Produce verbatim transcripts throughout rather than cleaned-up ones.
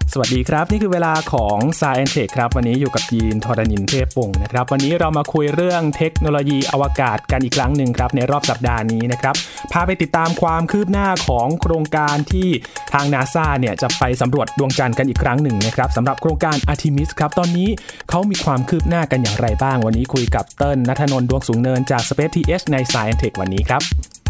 สวัสดีครับนี่คือเวลาของ Science Tech ครับวันนี้อยู่กับยีนทรณินเทพวงศ์นะครับวันนี้เรามาคุยเรื่องเทคโนโลยีอวกาศกันอีกครั้งหนึ่งครับในรอบสัปดาห์นี้นะครับพาไปติดตามความคืบหน้าของโครงการที่ทาง NASA เนี่ยจะไปสำรวจดวงจันทร์กันอีกครั้งหนึ่งนะครับสำหรับโครงการ Artemis ครับตอนนี้เขามีความคืบหน้ากันอย่างไรบ้างวันนี้คุยกับเติ้ลณัฐนนท์ดวงสูงเนินจาก Space ที เอช ใน Science Tech วันนี้ครับ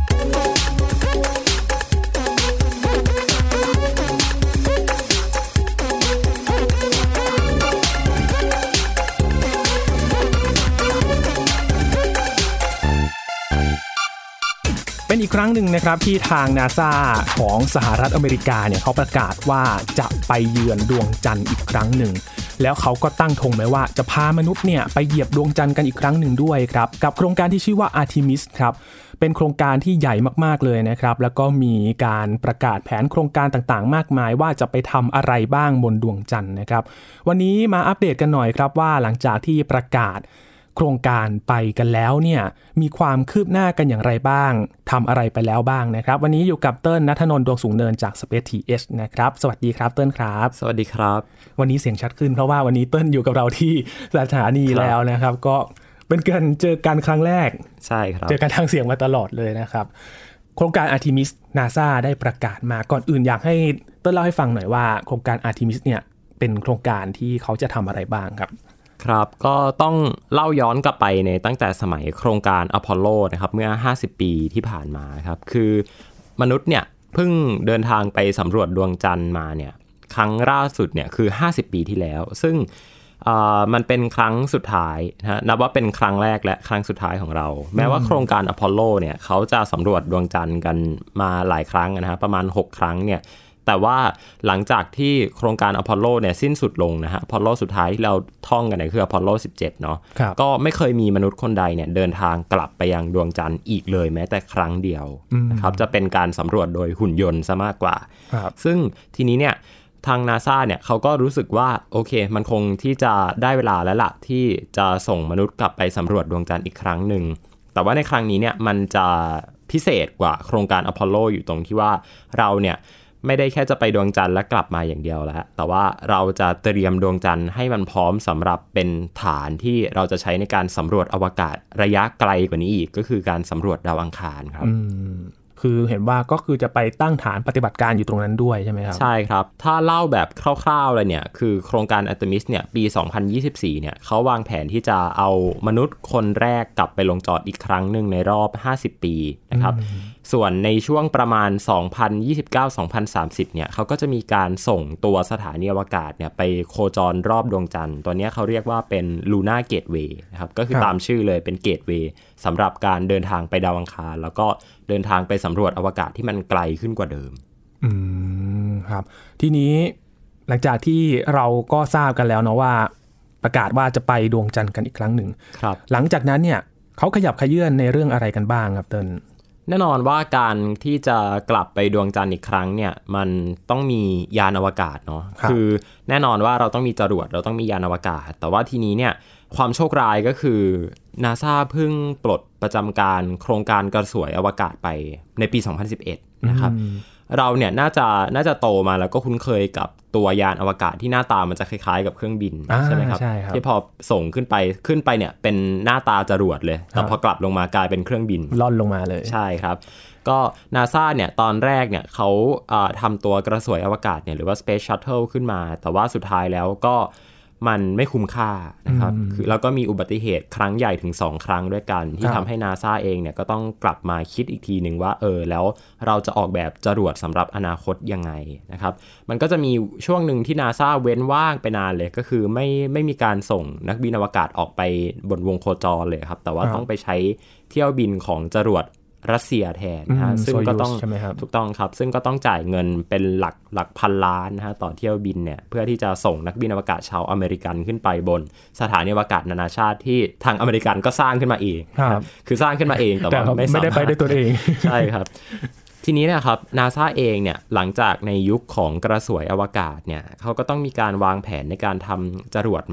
เป็นอีกครั้งหนึ่งนะครับที่ทาง NASA ของสหรัฐอเมริกาเนี่ยเขาประกาศว่าจะไปเยือนดวงจันทร์อีกครั้งหนึ่งแล้วเขาก็ตั้งธงไว้ว่าจะพามนุษย์เนี่ยไปเหยียบดวงจันทร์กันอีกครั้งหนึ่งด้วยครับกับโครงการที่ชื่อว่า Artemis ครับเป็นโครงการที่ใหญ่มากๆเลยนะครับแล้วก็มีการประกาศแผนโครงการต่างๆมากมายว่าจะไปทำอะไรบ้างบนดวงจันทร์นะครับวันนี้มาอัปเดตกันหน่อยครับว่าหลังจากที่ประกาศโครงการไปกันแล้วเนี่ยมีความคืบหน้ากันอย่างไรบ้างทำอะไรไปแล้วบ้างนะครับวันนี้อยู่กับเติ้ลณัฐนนท์ดวงสูงเนินจาก Space ที เอช นะครับสวัสดีครับเติ้ลครับสวัสดีครับวันนี้เสียงชัดขึ้นเพราะว่าวันนี้เติ้ลอยู่กับเราที่สถานีแล้วนะครับก็เป็นการเจอกันครั้งแรกใช่ครับเจอกันทางเสียงมาตลอดเลยนะครับโครงการ Artemis NASA ได้ประกาศมาก่อนอื่นอยากให้เติ้ลเล่าให้ฟังหน่อยว่าโครงการ Artemis เนี่ยเป็นโครงการที่เขาจะทำอะไรบ้างครับครับก็ต้องเล่าย้อนกลับไปในตั้งแต่สมัยโครงการอพอลโลนะครับเมื่อห้าสิบปีที่ผ่านมาครับคือมนุษย์เนี่ยเพิ่งเดินทางไปสำรวจดวงจันทร์มาเนี่ยครั้งล่าสุดเนี่ยคือห้าสิบปีที่แล้วซึ่งมันเป็นครั้งสุดท้ายนะนับว่าเป็นครั้งแรกและครั้งสุดท้ายของเราแม้ว่าโครงการอพอลโลเนี่ยเขาจะสำรวจดวงจันทร์กันมาหลายครั้งนะฮะประมาณหกครั้งเนี่ยแต่ว่าหลังจากที่โครงการอพอลโลเนี่ยสิ้นสุดลงนะฮะอพอลโลสุดท้ายที่เราท่องกันเนี่ยคืออพอลโลสิบเจ็ดเนาะก็ไม่เคยมีมนุษย์คนใดเนี่ยเดินทางกลับไปยังดวงจันทร์อีกเลยแม้แต่ครั้งเดียวนะครับจะเป็นการสำรวจโดยหุ่นยนต์ซะมากกว่าซึ่งทีนี้เนี่ยทาง NASA เนี่ยเขาก็รู้สึกว่าโอเคมันคงที่จะได้เวลาแล้วล่ะที่จะส่งมนุษย์กลับไปสำรวจดวงจันทร์อีกครั้งหนึ่งแต่ว่าในครั้งนี้เนี่ยมันจะพิเศษกว่าโครงการอพอลโลอยู่ตรงที่ว่าเราเนี่ยไม่ได้แค่จะไปดวงจันทร์และกลับมาอย่างเดียวแล้วแต่ว่าเราจะเตรียมดวงจันทร์ให้มันพร้อมสำหรับเป็นฐานที่เราจะใช้ในการสำรวจอวกาศระยะไกลกว่านี้อีกก็คือการสำรวจดาวอังคารครับคือเห็นว่าก็คือจะไปตั้งฐานปฏิบัติการอยู่ตรงนั้นด้วยใช่ไหมครับใช่ครับถ้าเล่าแบบคร่าวๆเลยเนี่ยคือโครงการ Artemis เนี่ยปีสองพันยี่สิบสี่เนี่ยเขาวางแผนที่จะเอามนุษย์คนแรกกลับไปลงจอดอีกครั้งหนึ่งในรอบห้าสิบปีนะครับส่วนในช่วงประมาณสองพันยี่สิบเก้า สองพันสามสิบเนี่ยเขาก็จะมีการส่งตัวสถานีอวกาศเนี่ยไปโคจรรอบดวงจันทร์ตัวนี้เขาเรียกว่าเป็น Lunar Gateway นะครับก็คือตามชื่อเลยเป็น Gateway สำหรับการเดินทางไปดาวอังคารแล้วก็เดินทางไปสำรวจอวกาศที่มันไกลขึ้นกว่าเดิมอืมครับทีนี้หลังจากที่เราก็ทราบกันแล้วเนาะว่าประกาศว่าจะไปดวงจันทร์กันอีกครั้งหนึ่งครับหลังจากนั้นเนี่ยเขาขยับขยื่นในเรื่องอะไรกันบ้างครับเติ้ลแน่นอนว่าการที่จะกลับไปดวงจันทร์อีกครั้งเนี่ยมันต้องมียานอวกาศเนาะ ค, คือแน่นอนว่าเราต้องมีจรวดเราต้องมียานอวกาศแต่ว่าทีนี้เนี่ยความโชคร้ายก็คือ NASA เพิ่งปลดประจำการโครงการกระสวยอวกาศไปในปีสองพันสิบเอ็ดนะครับเราเนี่ยน่าจะน่าจะโตมาแล้วก็คุ้นเคยกับตัวยานอวกาศที่หน้าตามันจะคล้ายๆกับเครื่องบินใช่ไหมครับที่พอส่งขึ้นไปขึ้นไปเนี่ยเป็นหน้าตาจรวดเลยแต่พอกลับลงมากลายเป็นเครื่องบินล่อนลงมาเลยใช่ครับก็ NASA เนี่ยตอนแรกเนี่ยเขาทำตัวกระสวยอวกาศเนี่ยหรือว่า Space Shuttle ขึ้นมาแต่ว่าสุดท้ายแล้วก็มันไม่คุ้มค่านะครับคือแล้วก็มีอุบัติเหตุครั้งใหญ่ถึงสองครั้งด้วยกันที่ทำให้ NASA เองเนี่ยก็ต้องกลับมาคิดอีกทีหนึ่งว่าเออแล้วเราจะออกแบบจรวดสำหรับอนาคตยังไงนะครับมันก็จะมีช่วงหนึ่งที่ NASA เว้นว่างไปนานเลยก็คือไม่ไม่มีการส่งนักบินอวกาศออกไปบนวงโคจรเลยครับแต่ว่าต้องไปใช้เที่ยวบินของจรวดรัสเซียแทนนะฮะซึ่งก็ต้องถูกต้องครับซึ่งก็ต้องจ่ายเงินเป็นหลักหลักพันล้านนะฮะต่อเที่ยวบินเนี่ยเพื่อที่จะส่งนักบินอวกาศชาวอเมริกันขึ้นไปบนสถานีอวกาศนานาชาติที่ทางอเมริกันก็สร้างขึ้นมาเองคือสร้างขึ้นมาเองแต่ว่าไม่ได้ไปด้วยตัวเองใช่ครับทีนี้นะครับ NASA เองเนี่ยหลังจากในยุคของกระสวยอวกาศเนี่ยเขาก็ต้องมีการวางแผนในการทำจรวดใหม่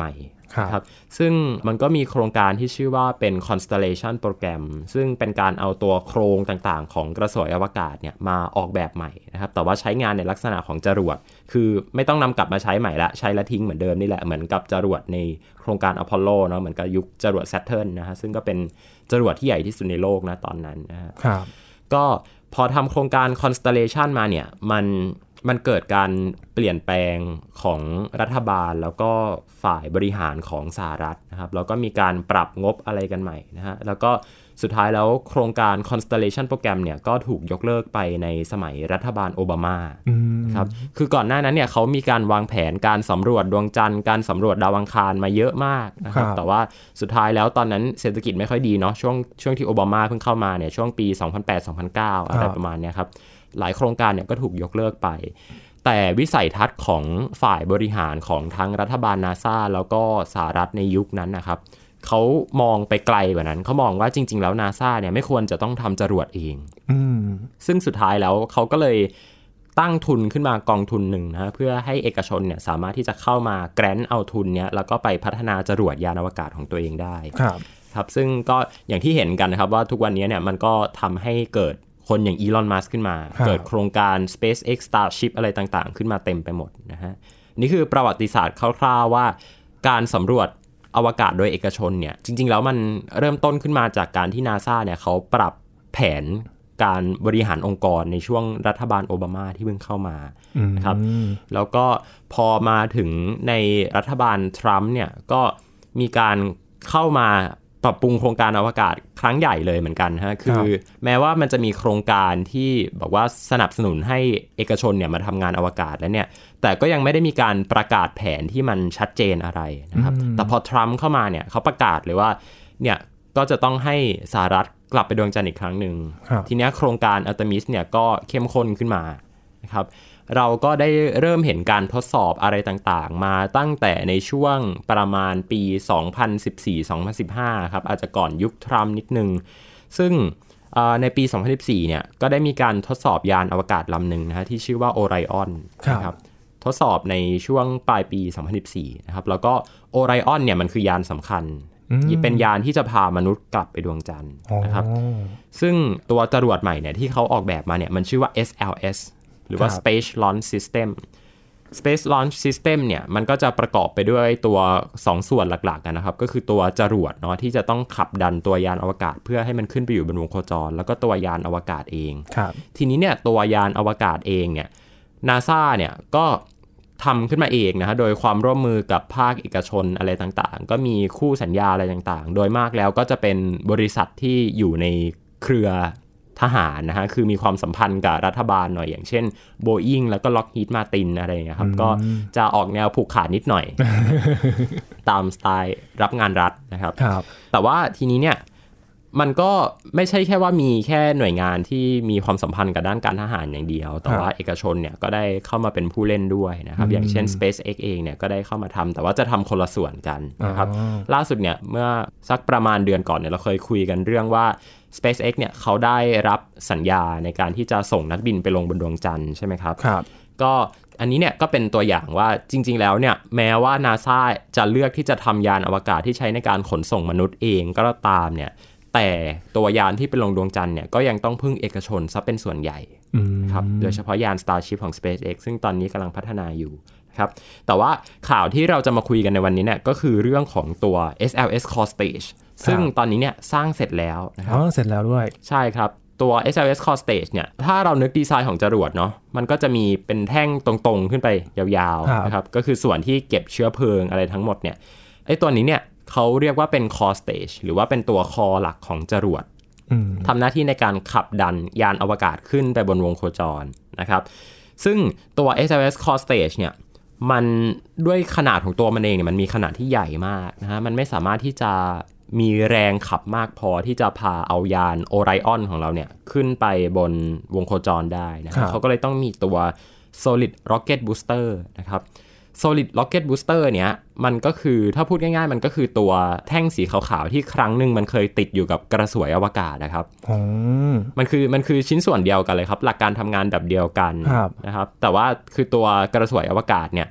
ครับซึ่งมันก็มีโครงการที่ชื่อว่าเป็น Constellation Program ซึ่งเป็นการเอาตัวโครงต่างๆของกระสวยอวกาศเนี่ยมาออกแบบใหม่นะครับแต่ว่าใช้งานในลักษณะของจรวดคือไม่ต้องนำกลับมาใช้ใหม่ละใช้แล้วทิ้งเหมือนเดิมนี่แหละเหมือนกับจรวดในโครงการอพอลโลเนาะเหมือนกับยุคจรวด Saturn นะฮะซึ่งก็เป็นจรวดที่ใหญ่ที่สุดในโลกนะตอนนั้นนะครับก็พอทำโครงการ Constellation มาเนี่ยมันมันเกิดการเปลี่ยนแปลงของรัฐบาลแล้วก็ฝ่ายบริหารของสหรัฐนะครับแล้วก็มีการปรับงบอะไรกันใหม่นะฮะแล้วก็สุดท้ายแล้วโครงการ Constellation Program เนี่ยก็ถูกยกเลิกไปในสมัยรัฐบาลโอบามาครับคือก่อนหน้านั้นเนี่ยเขามีการวางแผนการสำรวจดวงจันทร์การสำรวจดาวอังคารมาเยอะมากนะครับแต่ว่าสุดท้ายแล้วตอนนั้นเศรษฐกิจไม่ค่อยดีเนาะช่วงช่วงที่โอบามาเพิ่งเข้ามาเนี่ยช่วงปี สองพันแปด สองพันเก้า อะไรประมาณนี้ครับหลายโครงการเนี่ยก็ถูกยกเลิกไปแต่วิสัยทัศน์ของฝ่ายบริหารของทั้งรัฐบาล NASA แล้วก็สหรัฐในยุคนั้นนะครับเขามองไปไกลกว่านั้นเขามองว่าจริงๆแล้ว NASA เนี่ยไม่ควรจะต้องทำจรวดเองซึ่งสุดท้ายแล้วเขาก็เลยตั้งทุนขึ้นมากองทุนหนึ่งนะเพื่อให้เอกชนเนี่ยสามารถที่จะเข้ามาแกรนต์เอาทุนเนี้ยแล้วก็ไปพัฒนาจรวดยานอวกาศของตัวเองได้ครับครับซึ่งก็อย่างที่เห็นกันนะครับว่าทุกวันนี้เนี่ยมันก็ทำให้เกิดคนอย่างอีลอนมัสก์ขึ้นมาเกิดโครงการ SpaceX Starship อะไรต่างๆขึ้นมาเต็มไปหมดนะฮะนี่คือประวัติศาสตร์คร่าวๆว่าการสำรวจอวกาศโดยเอกชนเนี่ยจริงๆแล้วมันเริ่มต้นขึ้นมาจากการที่ NASA เนี่ยเขาปรับแผนการบริหารองค์กรในช่วงรัฐบาลโอบามาที่เพิ่งเข้ามานะครับแล้วก็พอมาถึงในรัฐบาลทรัมป์เนี่ยก็มีการเข้ามาปรับปรุงโครงการอวกาศครั้งใหญ่เลยเหมือนกันฮะคือแม้ว่ามันจะมีโครงการที่บอกว่าสนับสนุนให้เอกชนเนี่ยมาทำงานอวกาศแล้วเนี่ยแต่ก็ยังไม่ได้มีการประกาศแผนที่มันชัดเจนอะไรนะครับแต่พอทรัมป์เข้ามาเนี่ยเขาประกาศเลยว่าเนี่ยก็จะต้องให้สหรัฐกลับไปดวงจันทร์อีกครั้งหนึ่งทีนี้โครงการอัลเทมิสเนี่ยก็เข้มข้นขึ้นมานะครับเราก็ได้เริ่มเห็นการทดสอบอะไรต่างๆมาตั้งแต่ในช่วงประมาณปี สองพันสิบสี่ สองพันสิบห้า ครับอาจจะก่อนยุคทรัมป์นิดนึงซึ่งในปี สองพันสิบสี่ เนี่ยก็ได้มีการทดสอบยานอวกาศลำหนึ่งนะฮะที่ชื่อว่าโอไรออนนะครับทดสอบในช่วงปลายปี สองพันสิบสี่นะครับแล้วก็โอไรออนเนี่ยมันคือยานสำคัญเป็นยานที่จะพามนุษย์กลับไปดวงจันทร์นะครับซึ่งตัวจรวดใหม่เนี่ยที่เขาออกแบบมาเนี่ยมันชื่อว่า เอส แอล เอส หรือว่า Space Launch System Space Launch System เนี่ยมันก็จะประกอบไปด้วยตัวสองส่วนหลักๆกันนะครับก็คือตัวจรวดเนาะที่จะต้องขับดันตัวยานอวกาศเพื่อให้มันขึ้นไปอยู่บนวงโคจรแล้วก็ตัวยานอวกาศเองทีนี้เนี่ยตัวยานอวกาศเองเนี่ย NASA เนี่ยก็ทำขึ้นมาเองนะฮะโดยความร่วมมือกับภาคเอกชนอะไรต่างๆก็มีคู่สัญญาอะไรต่างๆโดยมากแล้วก็จะเป็นบริษัทที่อยู่ในเครือทหารนะฮะคือมีความสัมพันธ์กับรัฐบาลหน่อยอย่างเช่น Boeing แล้วก็ Lockheed Martin อะไรอย่างเงี้ยครับก็จะออกแนวผูกขาดนิดหน่อย ตามสไตล์รับงานรัฐนะครับแต่ว่าทีนี้เนี่ยมันก็ไม่ใช่แค่ว่ามีแค่หน่วยงานที่มีความสัมพันธ์กับด้านการทหารอย่างเดียวแต่ว่าเอกชนเนี่ยก็ได้เข้ามาเป็นผู้เล่นด้วยนะครับอย่างเช่น SpaceX เองเนี่ยก็ได้เข้ามาทำแต่ว่าจะทำคนละส่วนกันนะครับล่าสุดเนี่ยเมื่อสักประมาณเดือนก่อนเนี่ยเราเคยคุยกันเรื่องว่า SpaceX เนี่ยเขาได้รับสัญญาในการที่จะส่งนักบินไปลงบนดวงจันทร์ใช่ไหมครับครับก็อันนี้เนี่ยก็เป็นตัวอย่างว่าจริงๆแล้วเนี่ยแม้ว่า NASA จะเลือกที่จะทำยานอวกาศที่ใช้ในการขนส่งมนุษย์เองก็ตามเนี่ยแต่ตัวยานที่ไปลงดวงจันทร์เนี่ยก็ยังต้องพึ่งเอกชนซะเป็นส่วนใหญ่ครับโดยเฉพาะยาน Starship ของ SpaceX ซึ่งตอนนี้กำลังพัฒนาอยู่ครับแต่ว่าข่าวที่เราจะมาคุยกันในวันนี้เนี่ยก็คือเรื่องของตัว เอส แอล เอส Core Stage ซึ่งตอนนี้เนี่ยสร้างเสร็จแล้วนะครับอ๋อเสร็จแล้วด้วยใช่ครับตัว เอส แอล เอส Core Stage เนี่ยถ้าเรานึกดีไซน์ของจรวดเนาะมันก็จะมีเป็นแท่งตรงๆขึ้นไปยาวๆนะครับก็คือส่วนที่เก็บเชื้อเพลิงอะไรทั้งหมดเนี่ยไอ้ตัวนี้เนี่ยเขาเรียกว่าเป็น core stage หรือว่าเป็นตัวคอหลักของจรวดทำหน้าที่ในการขับดันยานอวกาศขึ้นไปบนวงโคจรนะครับซึ่งตัว เอส แอล เอส core stage เนี่ยมันด้วยขนาดของตัวมันเองเนี่ยมันมีขนาดที่ใหญ่มากนะฮะมันไม่สามารถที่จะมีแรงขับมากพอที่จะพาเอายานโอไรออนของเราเนี่ยขึ้นไปบนวงโคจรได้นะครับเขาก็เลยต้องมีตัว solid rocket booster นะครับSolid Rocket Booster เนี้ยมันก็คือถ้าพูดง่ายๆมันก็คือตัวแท่งสีขาวๆที่ครั้งหนึ่งมันเคยติดอยู่กับกระสวยอวกาศนะครับมันคือมันคือชิ้นส่วนเดียวกันเลยครับหลักการทำงานแบบเดียวกันนะครับแต่ว่าคือตัวกระสวยอวกาศเนี่ย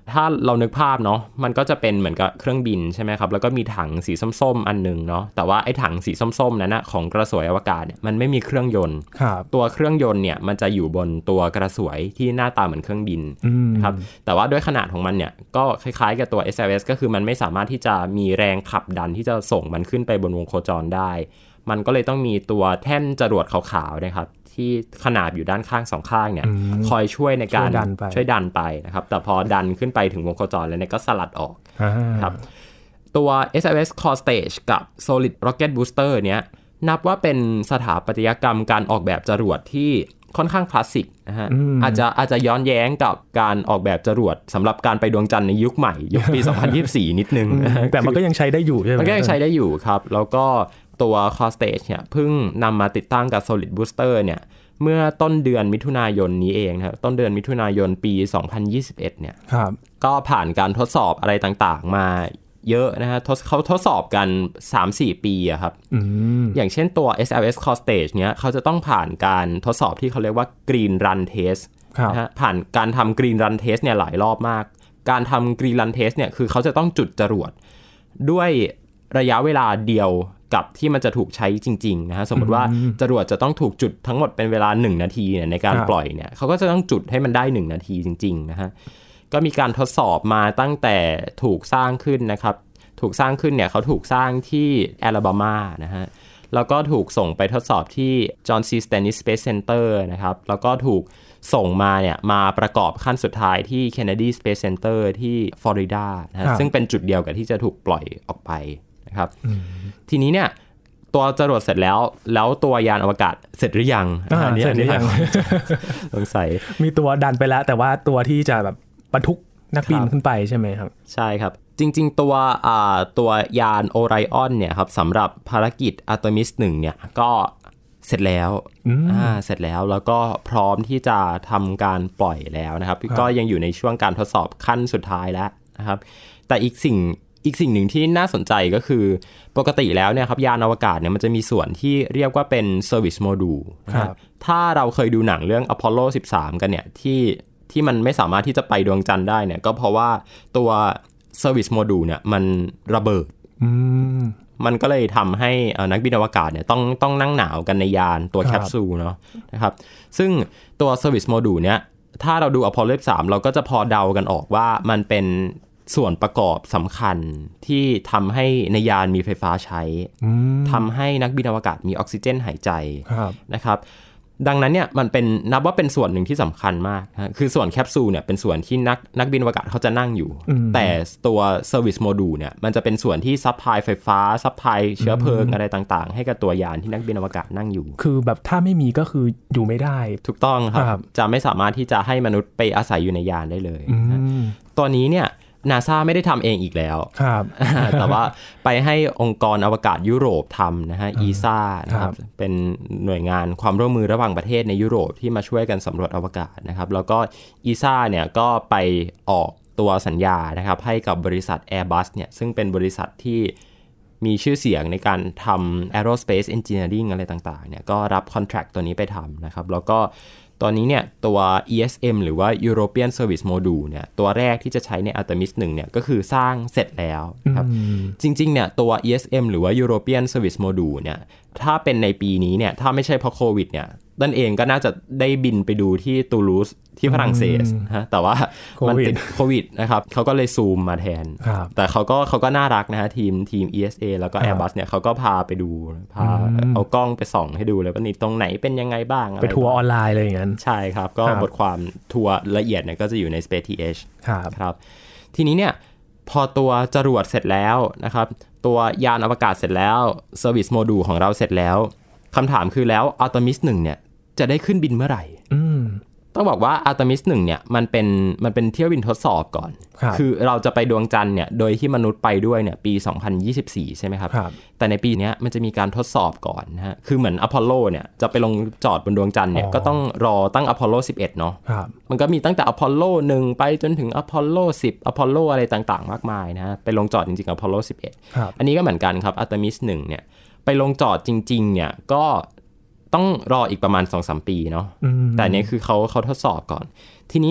ถ้าเรานึกภาพเนาะมันก็จะเป็นเหมือนกับเครื่องบินใช่ไหมครับแล้วก็มีถังสีส้มๆอันนึงเนาะแต่ว่าไอ้ถังสีส้มๆนั้นนะของกระสวยอวกาศเนี่ยมันไม่มีเครื่องยนต์ตัวเครื่องยนต์เนี่ยมันจะอยู่บนตัวกระสวยที่หน้าตาเหมือนเครื่องบินนะครับแต่ว่าด้วยขนาดของมันเนี่ยก็คล้ายๆกับตัว เอส แอล เอส ก็คือมันไม่สามารถที่จะมีแรงขับดันที่จะส่งมันขึ้นไปบนวงโคจรได้มันก็เลยต้องมีตัวแท่นจรวดขาวๆนะครับที่ขนาบอยู่ด้านข้างสองข้างเนี่ยคอยช่วยในการช่วยดันไปนะครับแต่พอดันขึ้นไปถึงวงโคจรแล้วเนี่ยก็สลัดออกครับตัว เอส แอล เอส Core Stage กับ Solid Rocket Booster เนี้ยนับว่าเป็นสถาปัตยกรรมการออกแบบจรวดที่ค่อนข้างคลาสสิกนะฮะ อ, อาจจะอาจจะย้อนแย้งกับการออกแบบจรวดสำหรับการไปดวงจันทร์ในยุคใหม่ยุคปี สองพันยี่สิบสี่ นิดนึงแต่มันก็ยังใช้ได้อยู่ใช่ไหมมันก็ยังใช้ได้อยู่ครับแล้วก็ตัว Core Stage เนี่ยเพิ่งนำมาติดตั้งกับ Solid Booster เนี่ยเมื่อต้นเดือนมิถุนายนนี้เองครับต้นเดือนมิถุนายนปีสองพันยี่สิบเอ็ดเนี่ยก็ผ่านการทดสอบอะไรต่างๆมาเยอะนะฮะเขาทดสอบกัน สามถึงสี่ ปีอะครับ อ, อย่างเช่นตัว เอส แอล เอส Core Stage เนี้ยเขาจะต้องผ่านการทดสอบที่เขาเรียกว่า Green Run Test นะฮะผ่านการทำ Green Run Test เนี่ยหลายรอบมากการทำ Green Run Test เนี่ยคือเขาจะต้องจุดจรวดด้วยระยะเวลาเดียวกับที่มันจะถูกใช้จริงๆนะฮะสมมติว่าจรวดจะต้องถูกจุดทั้งหมดเป็นเวลาหนึ่งนาทีเนี่ยในการปล่อยเนี่ยเขาก็จะต้องจุดให้มันได้หนึ่งนาทีจริงๆนะฮะก็มีการทดสอบมาตั้งแต่ถูกสร้างขึ้นนะครับถูกสร้างขึ้นเนี่ยเขาถูกสร้างที่แอลาบามานะฮะแล้วก็ถูกส่งไปทดสอบที่ John C. Stennis Space Center นะครับแล้วก็ถูกส่งมาเนี่ยมาประกอบขั้นสุดท้ายที่ Kennedy Space Center ที่ฟลอริดานะฮะซึ่งเป็นจุดเดียวกับที่จะถูกปล่อยออกไปนะครับทีนี้เนี่ยตัวจรวดเสร็จแล้วแล้วตัวยานอวกาศเสร็จหรือยังอันนี้เสร็จหรือยังสงสัยมีตัวดันไปแล้วแต่ว่าตัวที่จะแบบบรรทุกนักบินขึ้นไปใช่ไหมครับใช่ครับจริงๆตัวอ่าตัวยานโอไรออนเนี่ยครับสำหรับภารกิจ Artemis หนึ่งเนี่ยก็เสร็จแล้วอ่าเสร็จแล้วแล้วก็พร้อมที่จะทำการปล่อยแล้วนะครับก็ยังอยู่ในช่วงการทดสอบขั้นสุดท้ายแล้วนะครับแต่อีกสิ่งอีกสิ่งหนึ่งที่น่าสนใจก็คือปกติแล้วเนี่ยครับยานอวกาศเนี่ยมันจะมีส่วนที่เรียกว่าเป็น Service Module นะครับถ้าเราเคยดูหนังเรื่อง Apollo สิบสามกันเนี่ยที่ที่มันไม่สามารถที่จะไปดวงจันทร์ได้เนี่ยก็เพราะว่าตัว Service Module เนี่ยมันระเบิดมันก็เลยทำให้นักบินอวกาศเนี่ยต้องต้องนั่งหนาวกันในยานตัวแคปซูลเนาะนะครับซึ่งตัว Service Module เนี่ยถ้าเราดู Apollo สิบสามเราก็จะพอเดากันออกว่ามันเป็นส่วนประกอบสำคัญที่ทำให้ในยานมีไฟฟ้าใช้ทำให้นักบินอวกาศมีออกซิเจนหายใจนะครับดังนั้นเนี่ยมันเป็นนับว่าเป็นส่วนหนึ่งที่สำคัญมากนะคือส่วนแคปซูลเนี่ยเป็นส่วนที่นักนักบินอวกาศเขาจะนั่งอยู่แต่ตัว Service Module เนี่ยมันจะเป็นส่วนที่ซัพพลายไฟฟ้าซัพพลายเชื้อเพลิงอะไรต่างๆให้กับตัวยานที่นักบินอวกาศนั่งอยู่คือแบบถ้าไม่มีก็คืออยู่ไม่ได้ถูกต้องครับจะไม่สามารถที่จะให้มนุษย์ไปอาศัยอยู่ในยานได้เลยนะตัวนี้เนี่ยNASA ไม่ได้ทำเองอีกแล้วครับแต่ว่าไปให้องค์กรอวกาศยุโรปทำนะฮะ อี เอ เอส เอ นะครับเป็นหน่วยงานความร่วมมือระหว่างประเทศในยุโรปที่มาช่วยกันสำรวจอวกาศนะครับแล้วก็ อี เอ เอส เอ เนี่ยก็ไปออกตัวสัญญานะครับให้กับบริษัท Airbus เนี่ยซึ่งเป็นบริษัทที่มีชื่อเสียงในการทำ aerospace engineering อะไรต่างๆเนี่ยก็รับ contract ตัวนี้ไปทำนะครับแล้วก็ตอนนี้เนี่ยตัว อี เอส เอ็ม หรือว่า European Service Module เนี่ยตัวแรกที่จะใช้ใน Artemis หนึ่งเนี่ยก็คือสร้างเสร็จแล้วครับจริงๆเนี่ยตัว อี เอส เอ็ม หรือว่า European Service Module เนี่ยถ้าเป็นในปีนี้เนี่ยถ้าไม่ใช่เพราะโควิดเนี่ยนั่นเองก็น่าจะได้บินไปดูที่ตูลูสที่ฝรั่งเศสฮะแต่ว่ามันติดโควิดนะครับเขาก็เลยซูมมาแทนแต่เขาก็เขาก็น่ารักนะฮะทีมทีม อี เอส เอ แล้วก็ Airbus เนี่ยเขาก็พาไปดูพาเอากล้องไปส่องให้ดูเลยว่านี่ตรงไหนเป็นยังไงบ้างไปทัวร์ออนไลน์เลยอย่างนั้นใช่ครับก็บทความทัวร์ละเอียดเนี่ยก็จะอยู่ใน Space ที เอชครับครับทีนี้เนี่ยพอตัวจรวดเสร็จแล้วนะครับตัวยานอวกาศเสร็จแล้ว Service Module ของเราเสร็จแล้วคำถามคือแล้ว Artemis หนึ่งเนี่ยจะได้ขึ้นบินเมื่อไหร่ต้องบอกว่า Artemis หนึ่งเนี่ยมันเป็นมันเป็นเที่ยวบินทดสอบก่อน ค, คือเราจะไปดวงจันทร์เนี่ยโดยที่มนุษย์ไปด้วยเนี่ยปีสองพันยี่สิบสี่ใช่ไหมครับรบแต่ในปีนี้มันจะมีการทดสอบก่อนนะฮะคือเหมือนอพอลโลเนี่ยจะไปลงจอดบนดวงจันทร์เนี่ยก็ต้องรอตั้งอพอลโลสิบเอ็ดเนาะมันก็มีตั้งแต่อพอลโลหนึ่งไปจนถึงอพอลโลสิบอพอลโลอะไรต่างๆมากมายนะฮะไปลงจอดจริงๆอพอลโลสิบเอ็ดอันนี้ก็เหมือนกันครับ Artemis หนึ่งเนี่ยไปลงจอดจริงๆเนี่ยก็ต้องรออีกประมาณ สองถึงสาม ปีเนาะแต่เนี้ยคือเขาเขาทดสอบก่อนทีนี้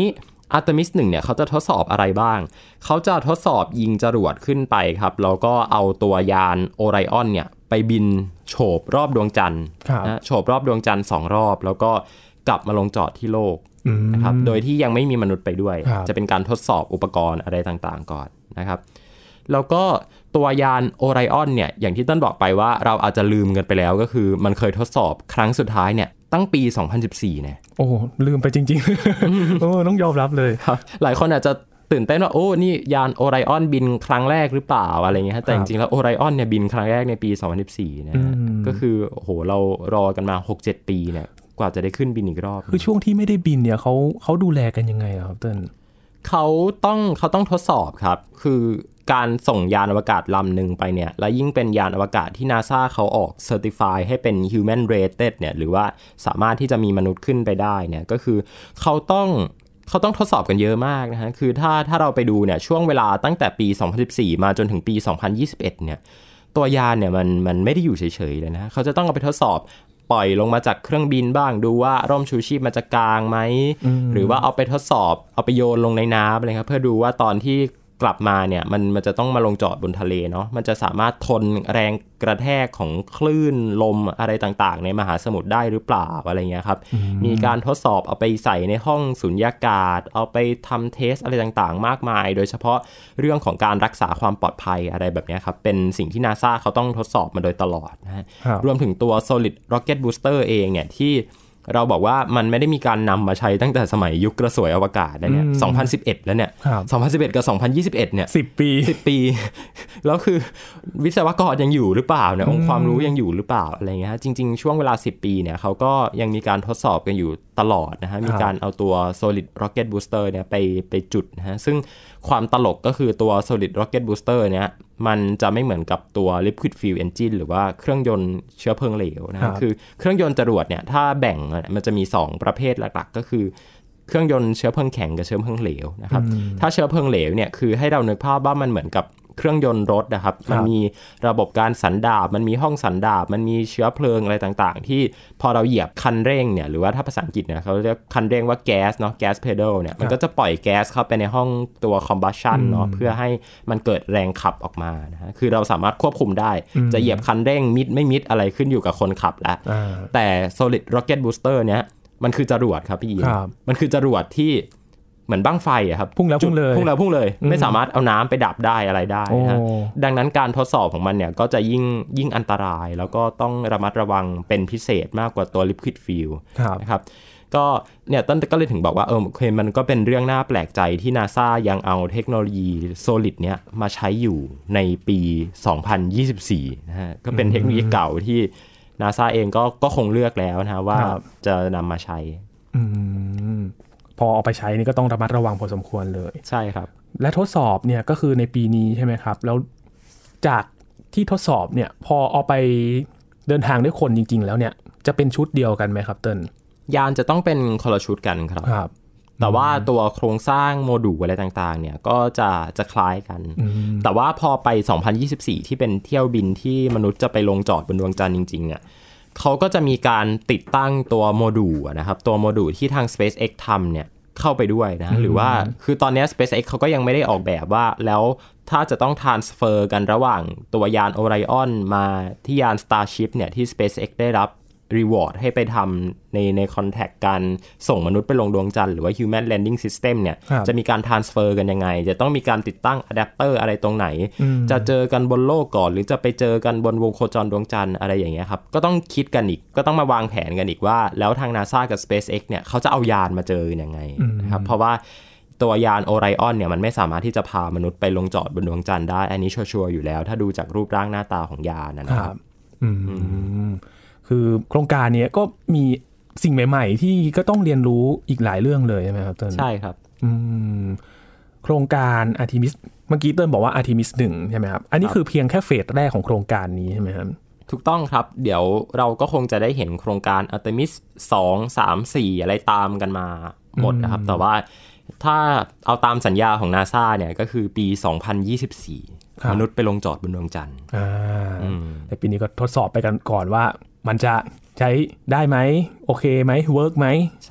Artemis หนึ่งเนี่ยเขาจะทดสอบอะไรบ้างเขาจะทดสอบยิงจรวดขึ้นไปครับแล้วก็เอาตัวยานโอไรออนเนี่ยไปบินโฉบรอบดวงจันทร์นะโฉบรอบดวงจันทร์สองรอบแล้วก็กลับมาลงจอดที่โลกนะครับโดยที่ยังไม่มีมนุษย์ไปด้วยจะเป็นการทดสอบอุปกรณ์อะไรต่างๆก่อนนะครับแล้วก็ตัวยานโอไรออนเนี่ยอย่างที่ต้นบอกไปว่าเราอาจจะลืมกันไปแล้วก็คือมันเคยทดสอบครั้งสุดท้ายเนี่ยตั้งปีสองพันสิบสี่เนี่ยโอ้ลืมไปจริงๆ โอ้ต้องยอมรับเลยครับหลายคนอาจจะตื่นเต้นว่าโอ้นี่ยานโอไรออนบินครั้งแรกหรือเปล่าอะไรเงี้ยแต่จริงๆแล้วโอไรออนเนี่ยบินครั้งแรกในปีสองพันสิบสี่นะก็คือโอ้โหเรารอกันมา หกเจ็ด ปีเนี่ยกว่าจะได้ขึ้นบินอีกรอบคือช่วงที่ไม่ได้บินเนี่ยเขาเขาดูแลกันยังไงครับเติ้ลเขาต้องเขาต้องทดสอบครับคือการส่งยานอวกาศลำหนึ่งไปเนี่ยและยิ่งเป็นยานอวกาศที่ NASA เขาออกเซอร์ติฟายให้เป็น human rated เนี่ยหรือว่าสามารถที่จะมีมนุษย์ขึ้นไปได้เนี่ยก็คือเขาต้องเขาต้องทดสอบกันเยอะมากนะฮะคือถ้าถ้าเราไปดูเนี่ยช่วงเวลาตั้งแต่ปีสองพันสิบสี่มาจนถึงปีสองพันยี่สิบเอ็ดเนี่ยตัวยานเนี่ยมันมันไม่ได้อยู่เฉยๆเลยนะเขาจะต้องเอาไปทดสอบปล่อยลงมาจากเครื่องบินบ้างดูว่าร่มชูชีพมันจะกางไหมหรือว่าเอาไปทดสอบเอาไปโยนลงในน้ำอะไรครับเพื่อดูว่าตอนที่กลับมาเนี่ยมันมันจะต้องมาลงจอดบนทะเลเนาะมันจะสามารถทนแรงกระแทกของคลื่นลมอะไรต่างๆในมหาสมุทรได้หรือเปล่าอะไรเงี้ยครับมีการทดสอบเอาไปใส่ในห้องสุญญากาศเอาไปทำเทสอะไรต่างๆมากมายโดยเฉพาะเรื่องของการรักษาความปลอดภัยอะไรแบบนี้ครับเป็นสิ่งที่ NASA เขาต้องทดสอบมาโดยตลอดนะฮะรวมถึงตัว Solid Rocket Booster เองเนี่ยที่เราบอกว่ามันไม่ได้มีการนำมาใช้ตั้งแต่สมัยยุคกระสวยอวกาศนะเนี่ยสองพันสิบเอ็ดแล้วเนี่ยสองพันสิบเอ็ดกับสองพันยี่สิบเอ็ดเนี่ยสิบปีสิบปีแล้วคือวิศวกรยังอยู่หรือเปล่าเนี่ยองค์ความรู้ยังอยู่หรือเปล่าอะไรเงี้ยจริงๆช่วงเวลาสิบปีเนี่ยเขาก็ยังมีการทดสอบกันอยู่ตลอดนะฮะมีการเอาตัว Solid Rocket Booster เนี่ยไปไปจุดนะฮะซึ่งความตลกก็คือตัว Solid Rocket Booster เนี่ยมันจะไม่เหมือนกับตัว Liquid Fuel Engine หรือว่าเครื่องยนต์เชื้อเพลิงเหลวนะคือเครื่องยนต์จรวดเนี่ยถ้าแบ่งมันจะมีสองประเภทหลักๆก็คือเครื่องยนต์เชื้อเพลิงแข็งกับเชื้อเพลิงเหลวนะครับถ้าเชื้อเพลิงเหลวเนี่ยคือให้เรานึกภาพว่ามันเหมือนกับเครื่องยนต์รถนะครับมันมีระบบการสันดาปมันมีห้องสันดาปมันมีเชื้อเพลิงอะไรต่างๆที่พอเราเหยียบคันเร่งเนี่ยหรือว่าถ้าภาษาอังกฤษเนี่ยเขาเรียกคันเร่งว่าแก๊สเนาะแก๊สเพดลเนี่ยมันก็จะปล่อยแก๊สเข้าไปในห้องตัว combustion เนาะเพื่อให้มันเกิดแรงขับออกมานะฮะคือเราสามารถควบคุมได้จะเหยียบคันเร่งมิดไม่มิดอะไรขึ้นอยู่กับคนขับแล้วแต่ Solid Rocket Booster เนี่ยมันคือจรวดครับพี่ยินมันคือจรวดที่เหมือนบั้งไฟอะครับพุ่งแล้วพุ่งเลยพุ่งแล้วพุ่งเลยไม่สามารถเอาน้ำไปดับได้อะไรได้นะดังนั้นการทดสอบของมันเนี่ยก็จะยิ่งยิ่งอันตรายแล้วก็ต้องระมัดระวังเป็นพิเศษมากกว่าตัว Liquid Fuel นะครับก็เนี่ยต้นก็เลยถึงบอกว่าเออโอเคมันก็เป็นเรื่องน่าแปลกใจที่ NASA ยังเอาเทคโนโลยี Solid เนี่ยมาใช้อยู่ในปีสองพันยี่สิบสี่นะฮะก็เป็นเทคโนโลยีเก่าที่ NASA เองก็ก็คงเลือกแล้วนะว่าจะนำมาใช้พอเอาไปใช้นี่ก็ต้องระมัดระวังพอสมควรเลยใช่ครับและทดสอบเนี่ยก็คือในปีนี้ใช่ไหมครับแล้วจากที่ทดสอบเนี่ยพอเอาไปเดินทางด้วยคนจริงๆแล้วเนี่ยจะเป็นชุดเดียวกันไหมครับเติ้ลยานจะต้องเป็นคนละชุดกันครับครับแต่ว่าตัวโครงสร้างโมดูลอะไรต่างๆเนี่ยก็จะจะคล้ายกันแต่ว่าพอไปสองพันยี่สิบสี่ที่เป็นเที่ยวบินที่มนุษย์จะไปลงจอดบนดวงจันทร์จริงๆเนี่ยเขาก็จะมีการติดตั้งตัวโมดูลนะครับตัวโมดูลที่ทาง SpaceX ทำเนี่ยเข้าไปด้วยนะหรือว่าคือตอนนี้ SpaceX เขาก็ยังไม่ได้ออกแบบว่าแล้วถ้าจะต้อง transfer กันระหว่างตัวยาน Orion มาที่ยาน Starship เนี่ยที่ SpaceX ได้รับ reward ให้ไปทำในในคอนแทคการส่งมนุษย์ไปลงดวงจันทร์หรือว่า Human Landing System เนี่ยจะมีการ transfer กันยังไงจะต้องมีการติดตั้งอะแดปเตอร์อะไรตรงไหนจะเจอกันบนโลกก่อนหรือจะไปเจอกันบนวงโคจรดวงจันทร์อะไรอย่างเงี้ยครับก็ต้องคิดกันอีกก็ต้องมาวางแผนกันอีกว่าแล้วทาง NASA กับ SpaceX เนี่ยเขาจะเอายานมาเจอกันยังไงนะครับเพราะว่าตัวยาน Orion เนี่ยมันไม่สามารถที่จะพามนุษย์ไปลงจอดบนดวงจันทร์ได้อันนี้ชัวร์ๆอยู่แล้วถ้าดูจากรูปร่างหน้าตาของยานนะครับคือโครงการนี้ก็มีสิ่งใหม่ๆที่ก็ต้องเรียนรู้อีกหลายเรื่องเลยใช่ไหมครับเติ้ลใช่ครับโครงการ Artemis เมื่อกี้เติ้ลบอกว่า Artemis หนึ่งใช่ไหมครับอันนี้คือเพียงแค่เฟสแรกของโครงการนี้ใช่ไหมครับถูกต้องครับเดี๋ยวเราก็คงจะได้เห็นโครงการ Artemis สอง สาม สี่อะไรตามกันมาหมดนะครับแต่ว่าถ้าเอาตามสัญญาของ NASA เนี่ยก็คือปีสองพันยี่สิบสี่มนุษย์ไปลงจอดบนดวงจันทร์แต่ปีนี้ก็ทดสอบไปกันก่อนว่ามันจะใช้ได้ไหมโอเคไหมเวิร์กไหมใช่ครับ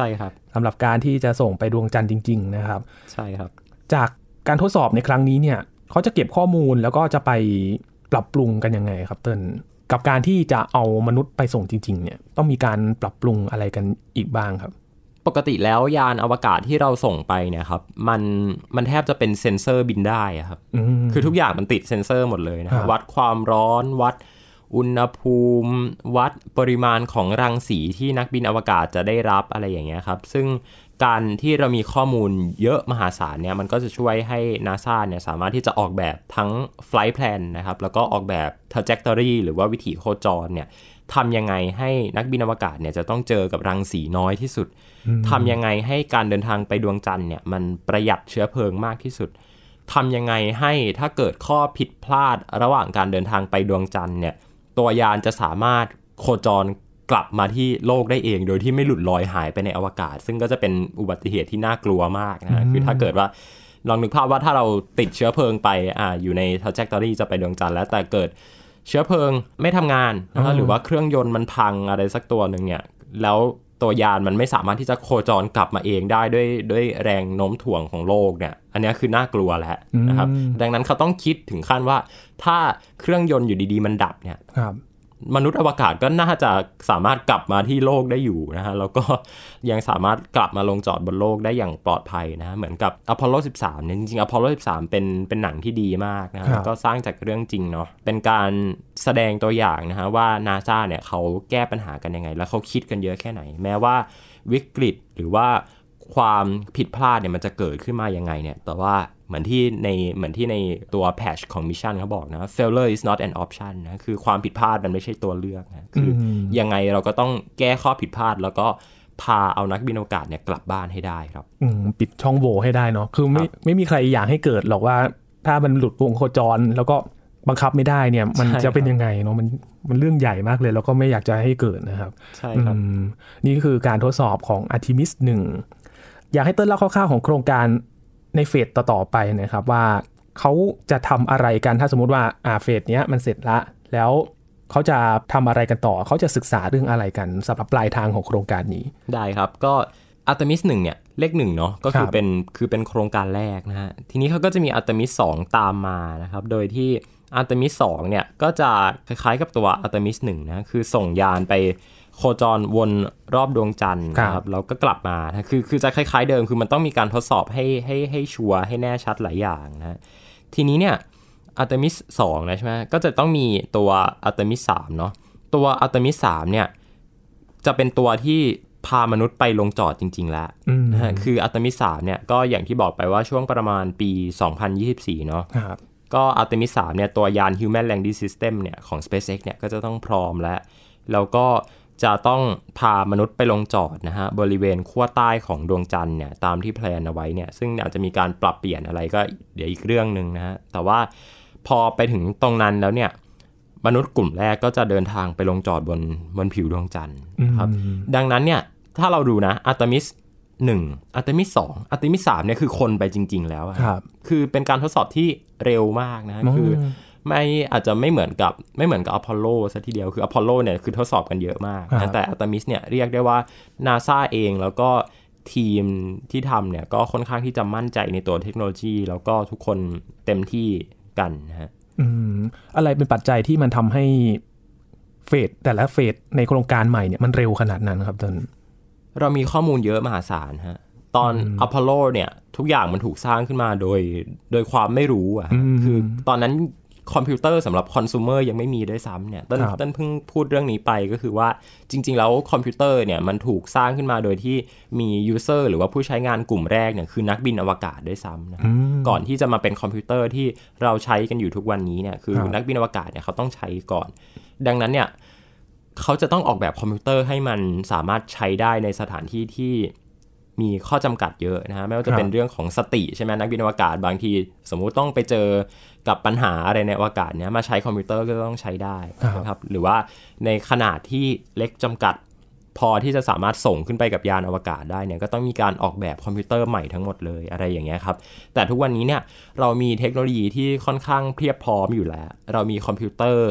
สำหรับการที่จะส่งไปดวงจันทร์จริงๆนะครับใช่ครับจากการทดสอบในครั้งนี้เนี่ยเขาจะเก็บข้อมูลแล้วก็จะไปปรับปรุงกันยังไงครับเติ้ลกับการที่จะเอามนุษย์ไปส่งจริงๆเนี่ยต้องมีการปรับปรุงอะไรกันอีกบ้างครับปกติแล้วยานอวกาศที่เราส่งไปเนี่ยครับมันมันแทบจะเป็นเซ็นเซอร์บินได้ครับคือทุกอย่างมันติดเซ็นเซอร์หมดเลยนะครับวัดความร้อนวัดอุณหภูมิวัดปริมาณของรังสีที่นักบินอวกาศจะได้รับอะไรอย่างเงี้ยครับซึ่งการที่เรามีข้อมูลเยอะมหาศาลเนี่ยมันก็จะช่วยให้ NASA เนี่ยสามารถที่จะออกแบบทั้ง flight plan นะครับแล้วก็ออกแบบ trajectory หรือว่าวิถีโคจรเนี่ยทำยังไงให้นักบินอวกาศเนี่ยจะต้องเจอกับรังสีน้อยที่สุดทำยังไงให้การเดินทางไปดวงจันทร์เนี่ยมันประหยัดเชื้อเพลิงมากที่สุดทำยังไงให้ถ้าเกิดข้อผิดพลาดระหว่างการเดินทางไปดวงจันทร์เนี่ยตัวยานจะสามารถโคจรกลับมาที่โลกได้เองโดยที่ไม่หลุดลอยหายไปในอวกาศซึ่งก็จะเป็นอุบัติเหตุที่น่ากลัวมากนะคือถ้าเกิดว่าลองนึกภาพว่าถ้าเราติดเชื้อเพลิงไปอ่าอยู่ใน trajectory จะไปดวงจันทร์แล้วแต่เกิดเชื้อเพลิงไม่ทำงานนะหรือว่าเครื่องยนต์มันพังอะไรสักตัวหนึ่งเนี่ยแล้วตัวยานมันไม่สามารถที่จะโคจรกลับมาเองได้ด้วยด้วยแรงโน้มถ่วงของโลกเนี่ยอันนี้คือน่ากลัวแล้วนะครับดังนั้นเขาต้องคิดถึงขั้นว่าถ้าเครื่องยนต์อยู่ดีๆมันดับเนี่ยมนุษย์อวกาศก็น่าจะสามารถกลับมาที่โลกได้อยู่นะฮะแล้วก็ยังสามารถกลับมาลงจอดบนโลกได้อย่างปลอดภัยนะเหมือนกับอพอลโลสิบสามเนี่ยจริงๆอพอลโลสิบสามเป็นเป็นหนังที่ดีมากนะก็สร้างจากเรื่องจริงเนาะเป็นการแสดงตัวอย่างนะฮะว่า NASA เนี่ยเขาแก้ปัญหากันยังไงแล้วเขาคิดกันเยอะแค่ไหนแม้ว่าวิกฤตหรือว่าความผิดพลาดเนี่ยมันจะเกิดขึ้นมายังไงเนี่ยแต่ว่าเหมือนที่ในเหมือนที่ในตัวแพทช์ของมิชชั่นเขาบอกนะ failure is not an option นะคือความผิดพลาดมันไม่ใช่ตัวเลือกนะคือยังไงเราก็ต้องแก้ข้อผิดพลาดแล้วก็พาเอานักบินอวกาศเนี่ยกลับบ้านให้ได้ครับปิดช่องโหว่ให้ได้เนาะคือไม่ไม่มีใครอยากให้เกิดหรอกว่าถ้ามันหลุดวงโคจรแล้วก็บังคับไม่ได้เนี่ยมันจะเป็นยังไงเนาะมันมันเรื่องใหญ่มากเลยแล้วก็ไม่อยากจะให้เกิดนะครับใช่ครับนี่คือการทดสอบของ Artemis หนึ่งอยากให้เติ้ลเล่าคร่าวๆของโครงการในเฟสต่อๆไปนะครับว่าเขาจะทำอะไรกันถ้าสมมุติว่าอ่าเฟสเนี้ยมันเสร็จละแล้วเขาจะทำอะไรกันต่อเขาจะศึกษาเรื่องอะไรกันสำหรับปลายทางของโครงการนี้ได้ครับก็ Artemis หนึ่งเนี่ยเลขหนึ่งเนาะก็คือเป็นคือเป็นโครงการแรกนะฮะทีนี้เขาก็จะมี Artemis สองตามมานะครับโดยที่ Artemis สองเนี่ยก็จะคล้ายๆกับตัว Artemis หนึ่งนะคือส่งยานไปโคจรวนรอบดวงจันทร์นะครับแล้วก็กลับมานะคือคือจะคล้ายๆเดิมคือมันต้องมีการทดสอบให้ให้ให้ชัวร์ให้แน่ชัดหลายอย่างนะทีนี้เนี่ย Artemis สองนะใช่ไหมก็จะต้องมีตัว Artemis สามเนาะตัว Artemis สามเนี่ยจะเป็นตัวที่พามนุษย์ไปลงจอดจริงๆแล้วนะฮะคือ Artemis สามเนี่ยก็อย่างที่บอกไปว่าช่วงประมาณปีสองพันยี่สิบสี่เนาะก็ Artemis สามเนี่ยตัวยาน Human Landing System เนี่ยของ SpaceX เนี่ยก็จะต้องพร้อมแล้วแล้วก็จะต้องพามนุษย์ไปลงจอดนะฮะบริเวณขั้วใต้ของดวงจันทร์เนี่ยตามที่แพลนเอาไว้เนี่ยซึ่งอาจจะมีการปรับเปลี่ยนอะไรก็เดี๋ยวอีกเรื่องนึงนะฮะแต่ว่าพอไปถึงตรงนั้นแล้วเนี่ยมนุษย์กลุ่มแรกก็จะเดินทางไปลงจอดบนบนผิวดวงจันทร์ครับดังนั้นเนี่ยถ้าเราดูนะ Artemis หนึ่ง Artemis สอง Artemis สามเนี่ยคือคนไปจริงๆแล้วครับคือเป็นการทดสอบที่เร็วมากนะคือไม่อาจจะไม่เหมือนกับไม่เหมือนกับอพอลโลซะทีเดียวคืออพอลโลเนี่ยคือทดสอบกันเยอะมากนะแต่ Artemis เนี่ยเรียกได้ว่า NASA เองแล้วก็ทีมที่ทำเนี่ยก็ค่อนข้างที่จะมั่นใจในตัวเทคโนโลยีแล้วก็ทุกคนเต็มที่กันนะฮะอืมอะไรเป็นปัจจัยที่มันทำให้เฟสแต่ละเฟสในโครงการใหม่เนี่ยมันเร็วขนาดนั้นครับตอนเรามีข้อมูลเยอะมหาศาลฮะตอนอพอลโลเนี่ยทุกอย่างมันถูกสร้างขึ้นมาโดยโดยความไม่รู้อ่ะคือตอนนั้นคอมพิวเตอร์สำหรับคอน sumer ยังไม่มีด้วยซ้ำเนี่ยต้นต้นเพิ่งพูดเรื่องนี้ไปก็คือว่าจริงๆแล้วคอมพิวเตอร์เนี่ยมันถูกสร้างขึ้นมาโดยที่มียูเซอร์หรือว่าผู้ใช้งานกลุ่มแรกเนี่ยคือนักบินอวกาศด้วยซ้ำนะก่อนที่จะมาเป็นคอมพิวเตอร์ที่เราใช้กันอยู่ทุกวันนี้เนี่ยคือนักบินอวกาศเนี่ยเขาต้องใช้ก่อนดังนั้นเนี่ยเขาจะต้องออกแบบคอมพิวเตอร์ให้มันสามารถใช้ได้ในสถานที่ที่มีข้อจำกัดเยอะนะฮะไม่ว่าจะเป็นเรื่องของสติใช่ไหมนักบินอวกาศบางทีสมมุติต้องไปเจอกับปัญหาอะไรในอวกาศเนี้ยมาใช้คอมพิวเตอร์ก็ต้องใช้ได้นะครับหรือว่าในขนาดที่เล็กจำกัดพอที่จะสามารถส่งขึ้นไปกับยานอวกาศได้เนี่ยก็ต้องมีการออกแบบคอมพิวเตอร์ใหม่ทั้งหมดเลยอะไรอย่างเงี้ยครับแต่ทุกวันนี้เนี่ยเรามีเทคโนโลยีที่ค่อนข้างเพียบพร้อมอยู่แล้วเรามีคอมพิวเตอร์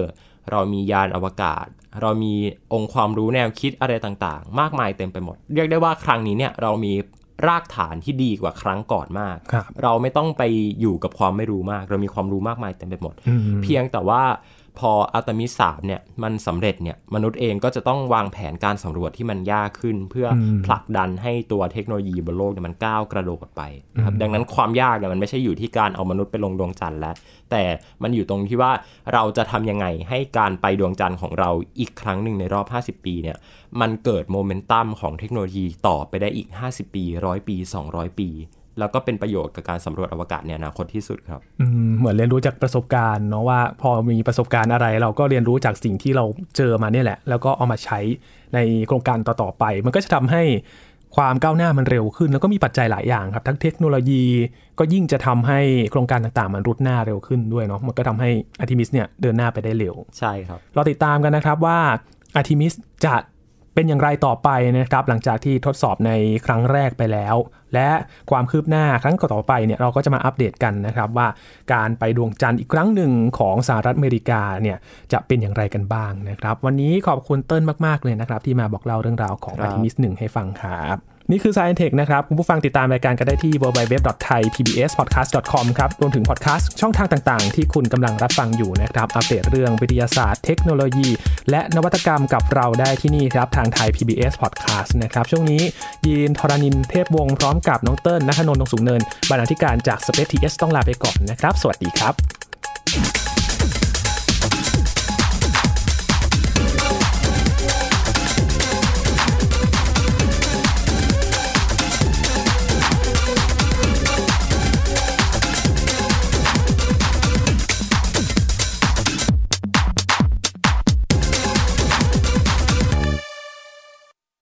เรามียานอวกาศเรามีองค์ความรู้แนวคิดอะไรต่างๆมากมายเต็มไปหมดเรียกได้ว่าครั้งนี้เนี่ยเรามีรากฐานที่ดีกว่าครั้งก่อนมากเราไม่ต้องไปอยู่กับความไม่รู้มากเรามีความรู้มากมายเต็มไปหมดเพียงแต่ว่าพออาร์เตมิสสามเนี่ยมันสำเร็จเนี่ยมนุษย์เองก็จะต้องวางแผนการสำรวจที่มันยากขึ้นเพื่อผลักดันให้ตัวเทคโนโลยีบนโลกเนี่ยมันก้าวกระโดดไปนะครับดังนั้นความยากเนี่ยมันไม่ใช่อยู่ที่การเอามนุษย์ไปลงดวงจันทร์แล้วแต่มันอยู่ตรงที่ว่าเราจะทำยังไงให้การไปดวงจันทร์ของเราอีกครั้งหนึ่งในรอบห้าสิบปีเนี่ยมันเกิดโมเมนตัมของเทคโนโลยีต่อไปได้อีกห้าสิบปีหนึ่งร้อยปีสองร้อยปีแล้วก็เป็นประโยชน์กับการสำรวจอวกาศในอนาคตที่สุดครับอืมเหมือนเรียนรู้จากประสบการณ์เนาะว่าพอมีประสบการณ์อะไรเราก็เรียนรู้จากสิ่งที่เราเจอมาเนี่ยแหละแล้วก็เอามาใช้ในโครงการต่อๆไปมันก็จะทำให้ความก้าวหน้ามันเร็วขึ้นแล้วก็มีปัจจัยหลายอย่างครับทั้งเทคโนโลยีก็ยิ่งจะทำให้โครงการต่างๆมันรุดหน้าเร็วขึ้นด้วยเนาะมันก็ทำให้ Artemis เนี่ยเดินหน้าไปได้เร็วใช่ครับเราติดตามกันนะครับว่า Artemis จะเป็นอย่างไรต่อไปนะครับหลังจากที่ทดสอบในครั้งแรกไปแล้วและความคืบหน้าครั้งต่อไปเนี่ยเราก็จะมาอัปเดตกันนะครับว่าการไปดวงจันทร์อีกครั้งหนึ่งของสหรัฐอเมริกาเนี่ยจะเป็นอย่างไรกันบ้างนะครับวันนี้ขอบคุณเติ้ลมากๆเลยนะครับที่มาบอกเล่าเรื่องราวของ Artemis หนึ่งให้ฟังครับนี่คือ Science Tech นะครับคุณผู้ฟังติดตามรายการกันได้ที่ ดับเบิลยู ดับเบิลยู ดับเบิลยู ดอท ไทย พี บี เอส พอดแคสต์ ดอท คอม ครับรวมถึงพอดแคสต์ช่องทางต่างๆที่คุณกำลังรับฟังอยู่นะครับอัปเดตเรื่องวิทยาศาสตร์เทคโนโลยีและนวัตกรรมกับเราได้ที่นี่ครับทางไทย พี บี เอส Podcast นะครับช่วงนี้ยีนธรณินเทพวงศ์พร้อมกับน้องเติ้ลณัฐนนท์ วงศ์สูงเนินบรรณาธิการจาก Space ที เอส ต้องลาไปก่อนนะครับสวัสดีครับ